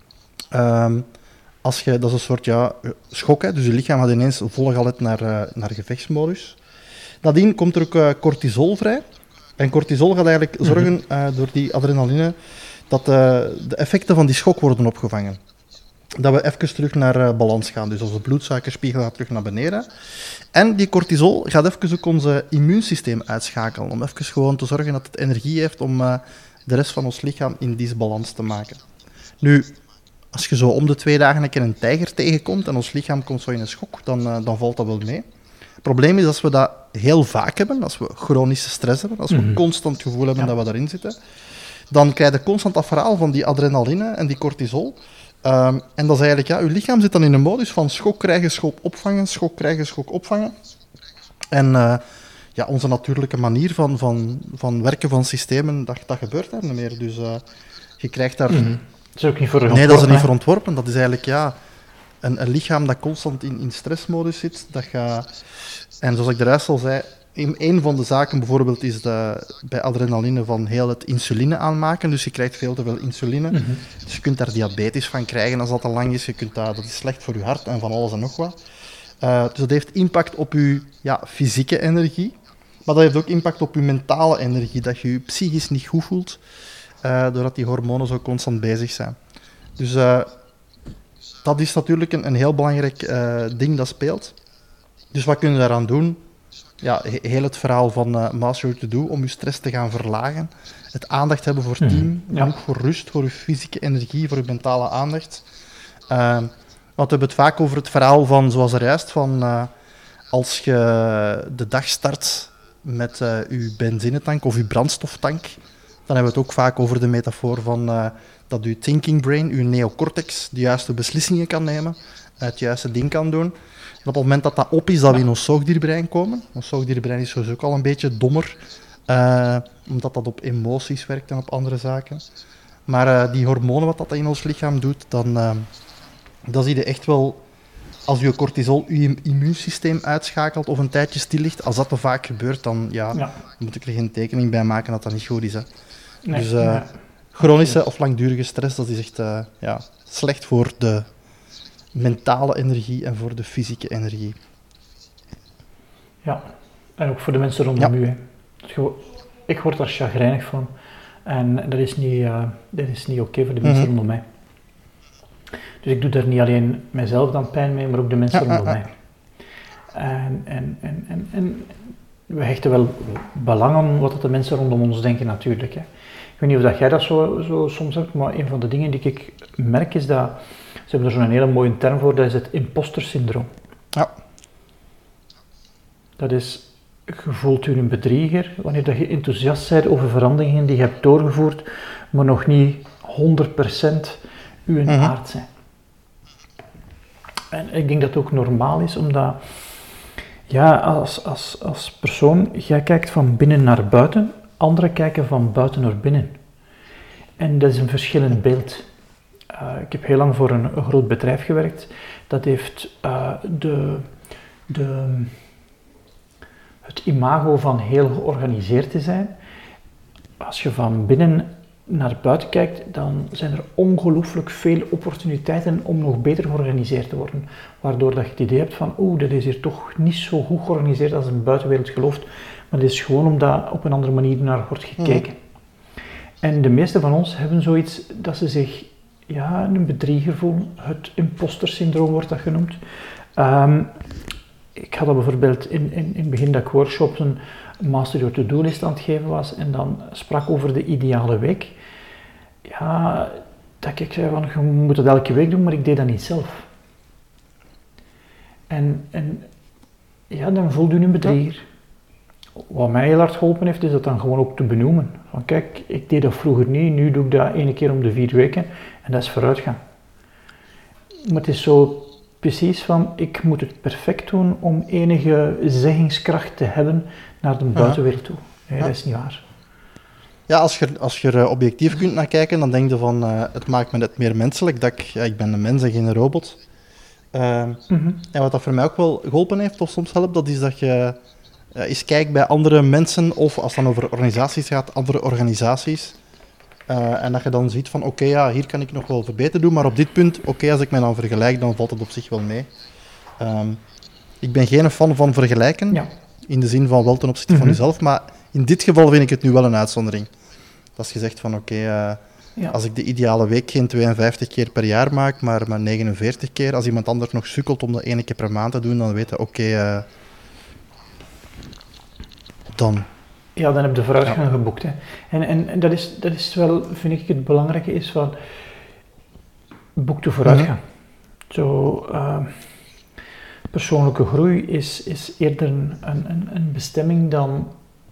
Um, als je, dat is een soort ja, schok, hè, dus je lichaam gaat ineens volle galet naar, uh, naar gevechtsmodus. Nadien komt er ook uh, cortisol vrij. En cortisol gaat eigenlijk zorgen, uh, door die adrenaline, dat uh, de effecten van die schok worden opgevangen. Dat we even terug naar uh, balans gaan. Dus onze bloedsuikerspiegel gaat terug naar beneden. En die cortisol gaat even ook ons immuunsysteem uitschakelen. Om even gewoon te zorgen dat het energie heeft om uh, de rest van ons lichaam in disbalans te maken. Nu, als je zo om de twee dagen een keer een tijger tegenkomt en ons lichaam komt zo in een schok, dan, uh, dan valt dat wel mee. Het probleem is als we dat heel vaak hebben, als we chronische stress hebben, als we mm-hmm. constant het gevoel hebben ja. dat we daarin zitten, dan krijg je constant dat verhaal van die adrenaline en die cortisol. Um, en dat is eigenlijk, ja, je lichaam zit dan in een modus van schok krijgen, schok opvangen, schok krijgen, schok opvangen. En uh, ja, onze natuurlijke manier van, van, van werken van systemen, dat, dat gebeurt daar niet meer. Dus uh, je krijgt daar...
Mm-hmm. Dat is ook niet voor ontworpen.
Nee, dat is er niet voor ontworpen. Dat is eigenlijk, ja, een, een lichaam dat constant in, in stressmodus zit. Dat gaat... En zoals ik eruit al zei, een, een van de zaken bijvoorbeeld is de, bij adrenaline van heel het insuline aanmaken. Dus je krijgt veel te veel insuline. Mm-hmm. Dus je kunt daar diabetes van krijgen als dat te lang is. Je kunt dat, dat is slecht voor je hart en van alles en nog wat. Uh, dus dat heeft impact op je ja, fysieke energie. Maar dat heeft ook impact op je mentale energie. Dat je je psychisch niet goed voelt. Uh, doordat die hormonen zo constant bezig zijn. Dus uh, dat is natuurlijk een, een heel belangrijk uh, ding dat speelt. Dus wat kun je daaraan doen? Ja, he- heel het verhaal van uh, Master Your To Do, om je stress te gaan verlagen. Het aandacht hebben voor team, mm, ja. ook voor rust, voor je fysieke energie, voor je mentale aandacht. Uh, want we hebben het vaak over het verhaal van, zoals er juist, van uh, als je de dag start met uh, je benzinetank of je brandstoftank, dan hebben we het ook vaak over de metafoor van uh, dat je thinking brain, je neocortex, de juiste beslissingen kan nemen, het juiste ding kan doen. En op het moment dat dat op is, dat we in ons zoogdierbrein komen. Ons zoogdierbrein is sowieso ook al een beetje dommer, uh, omdat dat op emoties werkt en op andere zaken. Maar uh, die hormonen, wat dat in ons lichaam doet, dan, uh, dan zie je echt wel, als je cortisol je immuunsysteem uitschakelt of een tijdje stil ligt, als dat te vaak gebeurt, dan ja, ja. moet ik er geen tekening bij maken dat dat niet goed is. Hè. Nee, dus uh, nee. chronische of langdurige stress, dat is echt uh, ja, slecht voor de mentale energie en voor de fysieke energie.
Ja, en ook voor de mensen rondom ja. u. Ik word daar chagrijnig van. En dat is niet, uh, dat is niet oké okay voor de mensen mm-hmm. rondom mij. Dus ik doe daar niet alleen mijzelf dan pijn mee, maar ook de mensen ja, rondom ja, ja. mij. En, en, en, en, en we hechten wel belang aan wat de mensen rondom ons denken natuurlijk. Hè. Ik weet niet of dat jij dat zo, zo soms hebt, maar een van de dingen die ik merk is dat, ze hebben er zo'n hele mooie term voor, dat is het imposter-syndroom.
Ja.
Dat is, je voelt je een bedrieger wanneer dat je enthousiast bent over veranderingen die je hebt doorgevoerd, maar nog niet honderd procent uw mm-hmm. aard zijn. En ik denk dat het ook normaal is, omdat ja, als, als, als persoon, jij kijkt van binnen naar buiten, anderen kijken van buiten naar binnen. En dat is een verschillend beeld. Uh, ik heb heel lang voor een, een groot bedrijf gewerkt. Dat heeft uh, de, de, het imago van heel georganiseerd te zijn. Als je van binnen naar buiten kijkt, dan zijn er ongelooflijk veel opportuniteiten om nog beter georganiseerd te worden. Waardoor dat je het idee hebt van, oeh, dat is hier toch niet zo goed georganiseerd als de buitenwereld gelooft. Maar het is gewoon omdat op een andere manier naar wordt gekeken. Mm. En de meeste van ons hebben zoiets dat ze zich ja, een bedrieger voelen. Het imposter-syndroom wordt dat genoemd. Um, ik had dat bijvoorbeeld in, in, in het begin dat ik workshops een Master Your To Do list aan het geven was en dan sprak over de ideale week. Ja, dat ik zei van, je moet het elke week doen, maar ik deed dat niet zelf. En, en ja, dan voelde je een bedrieger. Wat mij heel hard geholpen heeft, is dat dan gewoon ook te benoemen. Van kijk, ik deed dat vroeger niet, nu doe ik dat één keer om de vier weken en dat is vooruitgang. Maar het is zo precies van, ik moet het perfect doen om enige zeggingskracht te hebben naar de buitenwereld toe. Nee, ja. Dat is niet waar.
Ja, als je, als je er objectief kunt naar kijken, dan denk je van, uh, het maakt me net meer menselijk, dat ik, ja, ik ben een mens en geen robot. Uh,
Mm-hmm.
En wat dat voor mij ook wel geholpen heeft, of soms helpt, dat is dat je uh, eens kijkt bij andere mensen, of als het dan over organisaties gaat, andere organisaties. Uh, en dat je dan ziet van, oké, okay, ja, hier kan ik nog wel verbeterd doen, maar op dit punt, oké, okay, als ik mij dan vergelijk, dan valt het op zich wel mee. Um, ik ben geen fan van vergelijken,
ja.
in de zin van wel ten opzichte
mm-hmm.
van jezelf, maar in dit geval vind ik het nu wel een uitzondering. Als je zegt van, oké, okay, uh, ja. als ik de ideale week geen tweeënvijftig keer per jaar maak, maar maar negenenveertig keer, als iemand anders nog sukkelt om dat ene keer per maand te doen, dan weet je, oké, okay, uh, dan...
Ja, dan heb je vooruitgang
ja.
geboekt. Hè. En, en, en dat, is, dat is wel, vind ik, het belangrijke is van, boek de vooruitgang. Mm-hmm. Zo, uh, persoonlijke groei is, is eerder een, een, een bestemming dan,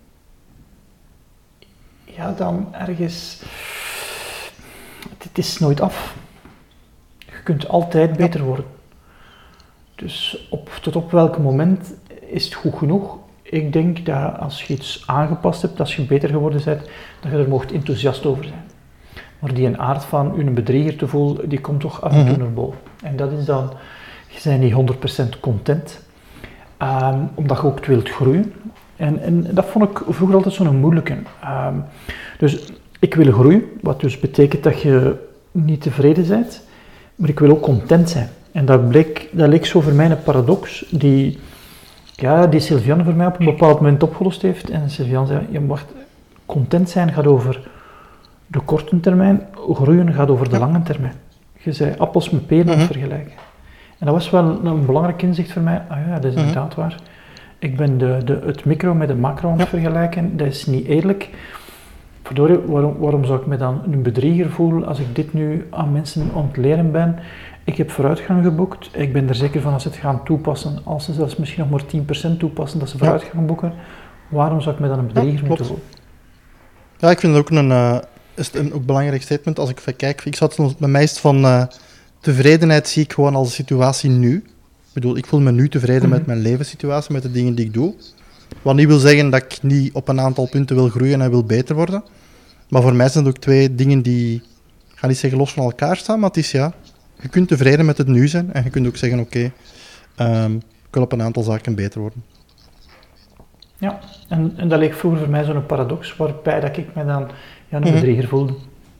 ja, dan ergens, het, het is nooit af. Je kunt altijd beter ja. worden. Dus op, tot op welk moment is het goed genoeg? Ik denk dat als je iets aangepast hebt, als je beter geworden bent, dat je er mocht enthousiast over zijn. Maar die een aard van je een bedrieger te voelen, die komt toch af en toe naar boven. En dat is dan, je bent niet honderd procent content, um, omdat je ook wilt groeien. En, en dat vond ik vroeger altijd zo'n moeilijke. Um, dus ik wil groeien, wat dus betekent dat je niet tevreden bent, maar ik wil ook content zijn. En dat, bleek, dat leek zo voor mij een paradox, die... Ja, die Sylviane voor mij op een bepaald moment opgelost heeft. En Sylviane zei, ja, wacht, content zijn gaat over de korte termijn, groeien gaat over de ja. lange termijn. Je zei appels met peren mm-hmm. vergelijken. En dat was wel een belangrijk inzicht voor mij. Ah ja, dat is mm-hmm. inderdaad waar. Ik ben de, de, het micro met de macro aan het ja. vergelijken. Dat is niet eerlijk. Verdorie, waarom, waarom zou ik me dan een bedrieger voelen als ik dit nu aan mensen aan het leren ben? Ik heb vooruitgang geboekt. Ik ben er zeker van als ze het gaan toepassen, als ze zelfs misschien nog maar tien procent toepassen, dat ze vooruitgang ja. boeken. Waarom zou ik me dan een bedrieger ja, moeten voelen?
Ja, ik vind het ook een, uh, is een ook belangrijk statement. Als ik even kijk, ik zat bij mij is van uh, tevredenheid zie ik gewoon als de situatie nu. Ik bedoel, ik voel me nu tevreden mm-hmm. met mijn levenssituatie, met de dingen die ik doe. Wat niet wil zeggen dat ik niet op een aantal punten wil groeien en wil beter worden. Maar voor mij zijn het ook twee dingen die, ik ga niet zeggen los van elkaar staan, maar het is ja... Je kunt tevreden met het nu zijn en je kunt ook zeggen, oké, okay, um, ik wil op een aantal zaken beter worden.
Ja, en, en dat leek vroeger voor mij zo'n paradox, waarbij dat ik me dan ja, een bedrieger voelde.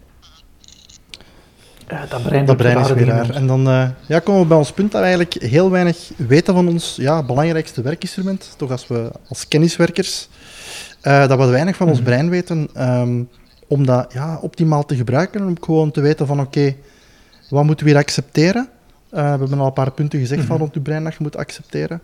Uh, dat brein,
dat brein is weer raar. En dan uh, ja, komen we bij ons punt dat we eigenlijk heel weinig weten van ons ja, belangrijkste werkinstrument, toch als we als kenniswerkers, uh, dat we weinig van mm-hmm. ons brein weten, um, om dat ja, optimaal te gebruiken, om gewoon te weten van oké, okay, wat moeten we hier accepteren? Uh, we hebben al een paar punten gezegd mm-hmm. van rond je brein dat je moet accepteren.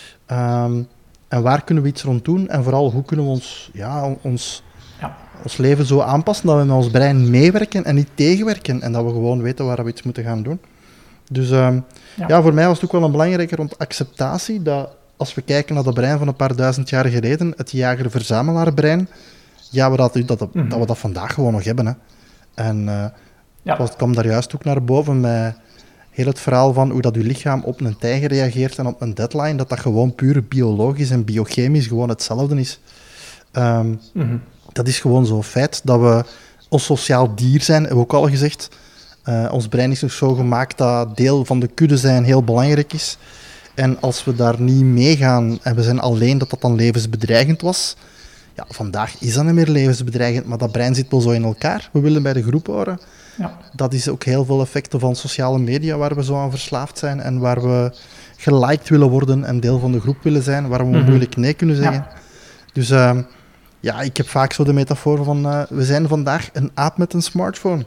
Um, en waar kunnen we iets rond doen? En vooral, hoe kunnen we ons, ja, ons, ja. ons leven zo aanpassen dat we met ons brein meewerken en niet tegenwerken. En dat we gewoon weten waar we iets moeten gaan doen. Dus um, ja. ja, voor mij was het ook wel een belangrijke rond acceptatie. Dat als we kijken naar dat brein van een paar duizend jaar geleden, het jager-verzamelaar-brein, ja, we dat, dat, mm-hmm. dat we dat vandaag gewoon nog hebben. Hè. En... Uh, Ja. Het kwam daar juist ook naar boven met heel het verhaal van hoe dat je lichaam op een tijger reageert en op een deadline, dat dat gewoon puur biologisch en biochemisch gewoon hetzelfde is. Um, mm-hmm. Dat is gewoon zo'n feit dat we ons sociaal dier zijn, hebben we ook al gezegd. Uh, ons brein is nog zo gemaakt dat deel van de kudde zijn heel belangrijk is. En als we daar niet meegaan en we zijn alleen, dat dat dan levensbedreigend was. Ja, vandaag is dat niet meer levensbedreigend, maar dat brein zit wel zo in elkaar. We willen bij de groep horen. Ja. Dat is ook heel veel effecten van sociale media waar we zo aan verslaafd zijn en waar we geliked willen worden en deel van de groep willen zijn, waar we mm-hmm. moeilijk nee kunnen zeggen. Ja. Dus uh, ja, ik heb vaak zo de metafoor van uh, we zijn vandaag een aap met een smartphone.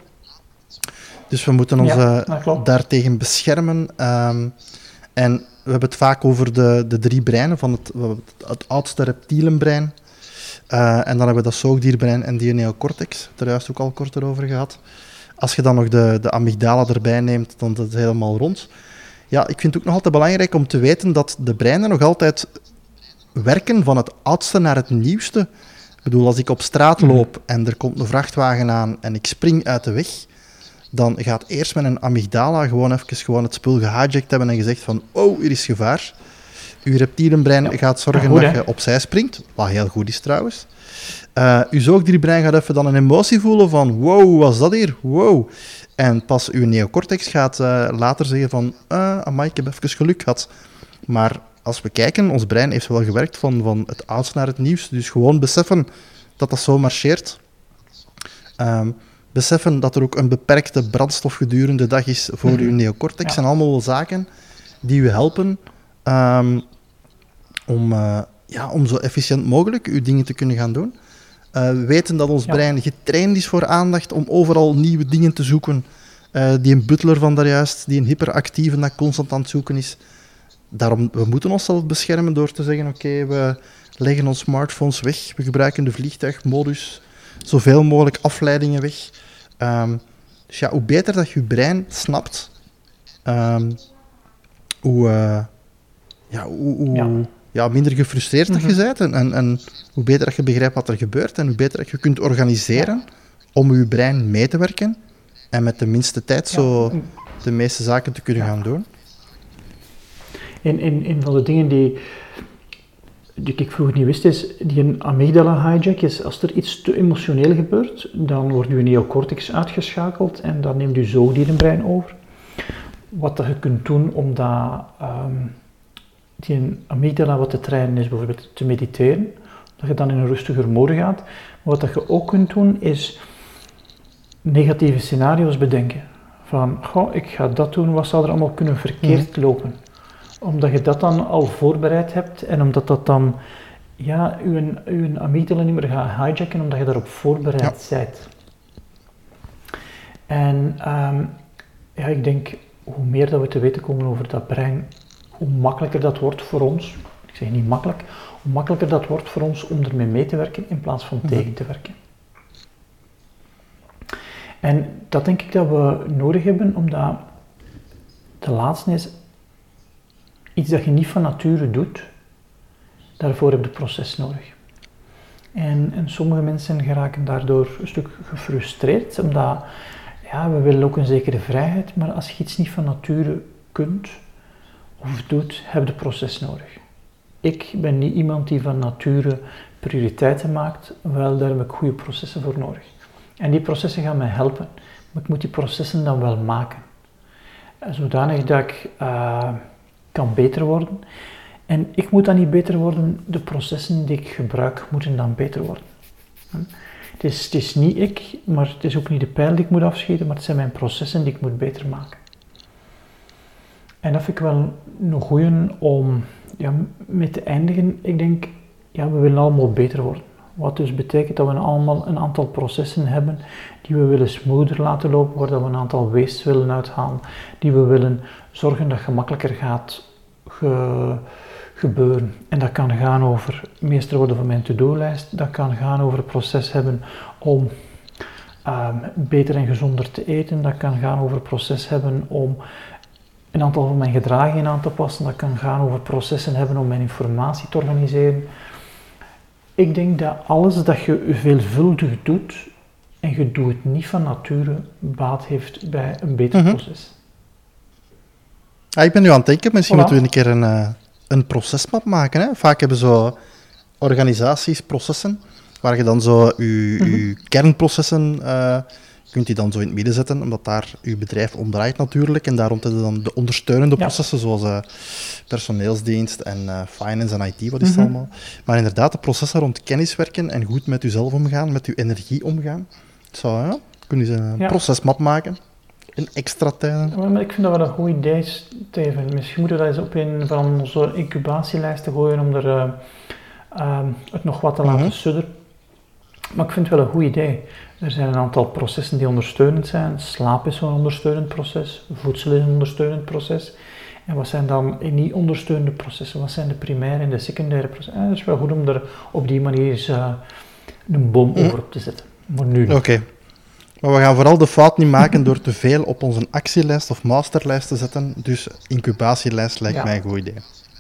Dus we moeten ons ja, uh, daartegen beschermen. Um, en we hebben het vaak over de, de drie breinen van het, het oudste reptielenbrein. Uh, en dan hebben we dat zoogdierbrein en die neocortex. Daar hebben we juist ook al korter over gehad. Als je dan nog de, de amygdala erbij neemt, dan is het helemaal rond. Ja, ik vind het ook nog altijd belangrijk om te weten dat de breinen nog altijd werken van het oudste naar het nieuwste. Ik bedoel, als ik op straat loop en er komt een vrachtwagen aan en ik spring uit de weg, dan gaat eerst met een amygdala gewoon even gewoon het spul gehijacked hebben en gezegd van, oh, hier is gevaar. Uw reptielenbrein
Ja.
gaat zorgen
Ja, goed,
dat
hè?
je opzij springt, wat heel goed is trouwens. Uh, uw zoogdierbrein gaat even dan een emotie voelen van wow, wat was dat hier? Wow. En pas uw neocortex gaat uh, later zeggen van uh, amai, ik heb even geluk gehad. Maar als we kijken, ons brein heeft wel gewerkt van, van het oudste naar het nieuwste. Dus gewoon beseffen dat dat zo marcheert. Um, beseffen dat er ook een beperkte brandstof gedurende de dag is voor mm-hmm. uw neocortex. Ja. zijn allemaal wel zaken die u helpen um, om, uh, ja, om zo efficiënt mogelijk uw dingen te kunnen gaan doen. Uh, we weten dat ons ja. brein getraind is voor aandacht om overal nieuwe dingen te zoeken. Uh, die een butler van daarjuist, die een hyperactieve dat constant aan het zoeken is. Daarom, we moeten onszelf beschermen door te zeggen, oké, okay, we leggen onze smartphones weg, we gebruiken de vliegtuigmodus, zoveel mogelijk afleidingen weg. Um, dus ja, hoe beter dat je brein snapt, um, hoe, uh, ja, hoe, hoe ja. Ja, minder gefrustreerd mm-hmm. dat je bent en, en, en hoe beter dat je begrijpt wat er gebeurt en hoe beter dat je kunt organiseren ja. om je brein mee te werken en met de minste tijd ja. zo de meeste zaken te kunnen ja. gaan doen.
Een, een, een van de dingen die, die ik vroeger niet wist is, die een amygdala hijack is, als er iets te emotioneel gebeurt, dan wordt je neocortex uitgeschakeld en dan neemt je zoogdierenbrein over. Wat dat je kunt doen om dat, um, die amygdala wat te trainen is, bijvoorbeeld te mediteren, dat je dan in een rustiger mode gaat. Maar wat dat je ook kunt doen is negatieve scenario's bedenken. Van, goh, ik ga dat doen, wat zou er allemaal kunnen verkeerd lopen? Omdat je dat dan al voorbereid hebt en omdat dat dan ja, je, je amygdala niet meer gaat hijacken, omdat je daarop voorbereid ja. bent. En um, ja, ik denk, hoe meer dat we te weten komen over dat brein, hoe makkelijker dat wordt voor ons, ik zeg niet makkelijk, hoe makkelijker dat wordt voor ons om ermee mee te werken in plaats van mm-hmm. tegen te werken. En dat denk ik dat we nodig hebben, omdat de laatste is, iets dat je niet van nature doet, daarvoor heb je proces nodig. En, en sommige mensen geraken daardoor een stuk gefrustreerd, omdat ja, we willen ook een zekere vrijheid, maar als je iets niet van nature kunt of doet, heb je proces nodig. Ik ben niet iemand die van nature prioriteiten maakt, wel daar heb ik goede processen voor nodig. En die processen gaan mij helpen, maar ik moet die processen dan wel maken. Zodanig dat ik uh, kan beter worden. En ik moet dan niet beter worden, de processen die ik gebruik moeten dan beter worden. Het is, het is niet ik, maar het is ook niet de pijl die ik moet afschieten, maar het zijn mijn processen die ik moet beter maken. En dat vind ik wel een goeie om ja, mee te eindigen. Ik denk, ja, we willen allemaal beter worden. Wat dus betekent dat we allemaal een aantal processen hebben die we willen smoother laten lopen, waar we een aantal waste willen uithalen, die we willen zorgen dat gemakkelijker gaat ge, gebeuren. En dat kan gaan over meester worden van mijn to-do-lijst, dat kan gaan over het proces hebben om um, beter en gezonder te eten, dat kan gaan over het proces hebben om een aantal van mijn gedragingen aan te passen, dat kan gaan over processen hebben om mijn informatie te organiseren. Ik denk dat alles dat je veelvuldig doet en je doet het niet van nature, baat heeft bij een beter mm-hmm. proces.
Ah, ik ben nu aan het denken, misschien voilà. moeten we een keer een, uh, een procesmap maken. Hè? Vaak hebben zo organisaties processen, waar je dan zo je, mm-hmm. je kernprocessen uh, kunt die dan zo in het midden zetten, omdat daar je bedrijf om draait natuurlijk. En daarom hebben dan de ondersteunende processen, ja. zoals uh, personeelsdienst en uh, finance en I T, wat is het mm-hmm. allemaal. Maar inderdaad, de processen rond kenniswerken en goed met jezelf omgaan, met je energie omgaan. Zo, ja, kun je een ja. procesmap maken. Een extra tijd.
Ja, maar ik vind dat wel een goed idee, Steven. Misschien moeten we dat eens op een van onze incubatielijsten gooien om er uh, uh, het nog wat te laten mm-hmm. sudderen. Maar ik vind het wel een goed idee. Er zijn een aantal processen die ondersteunend zijn. Slaap is zo'n ondersteunend proces. Voedsel is een ondersteunend proces. En wat zijn dan niet ondersteunende processen? Wat zijn de primaire en de secundaire processen? Eh, het is wel goed om er op die manier eens, uh, een boom mm. over op te zetten. Maar nu
Oké. Okay. Maar we gaan vooral de fout niet maken door te veel op onze actielijst of masterlijst te zetten. Dus incubatielijst lijkt ja. mij een goed idee.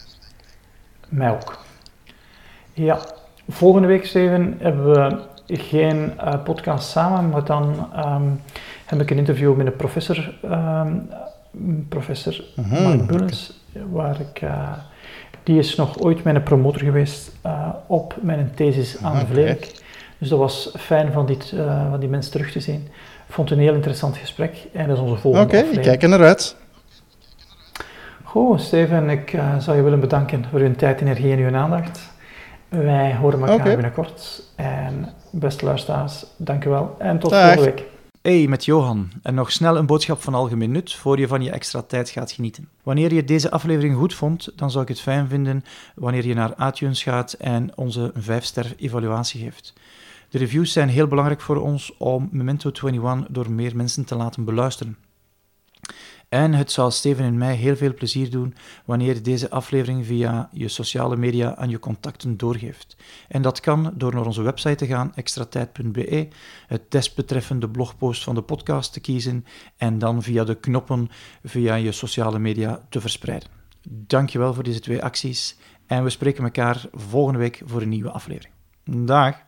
Mij ook. Ja, volgende week, Steven, hebben we geen uh, podcast samen, maar dan um, heb ik een interview met een professor, um, professor mm-hmm. Mark Bullens, okay. waar ik uh, Die is nog ooit mijn promotor geweest uh, op mijn thesis aan de Vlerik. Dus dat was fijn van, dit, uh, van die mensen terug te zien. Ik vond het een heel interessant gesprek en dat is onze volgende
Oké,
aflevering.
ik kijk er naar uit.
Goed, Steven, ik uh, zou je willen bedanken voor uw tijd, energie en uw aandacht. Wij horen elkaar okay. binnenkort. En beste luisteraars, dank u wel en tot Dag. volgende week.
Hey, met Johan. En nog snel een boodschap van algemeen nut, voor je van je extra tijd gaat genieten. Wanneer je deze aflevering goed vond, dan zou ik het fijn vinden wanneer je naar iTunes gaat en onze vijf ster evaluatie geeft. De reviews zijn heel belangrijk voor ons om Memento eenentwintig door meer mensen te laten beluisteren. En het zal Steven en mij heel veel plezier doen wanneer je deze aflevering via je sociale media aan je contacten doorgeeft. En dat kan door naar onze website te gaan, extratijd punt b e, het desbetreffende blogpost van de podcast te kiezen en dan via de knoppen via je sociale media te verspreiden. Dankjewel voor deze twee acties en we spreken elkaar volgende week voor een nieuwe aflevering. Dag!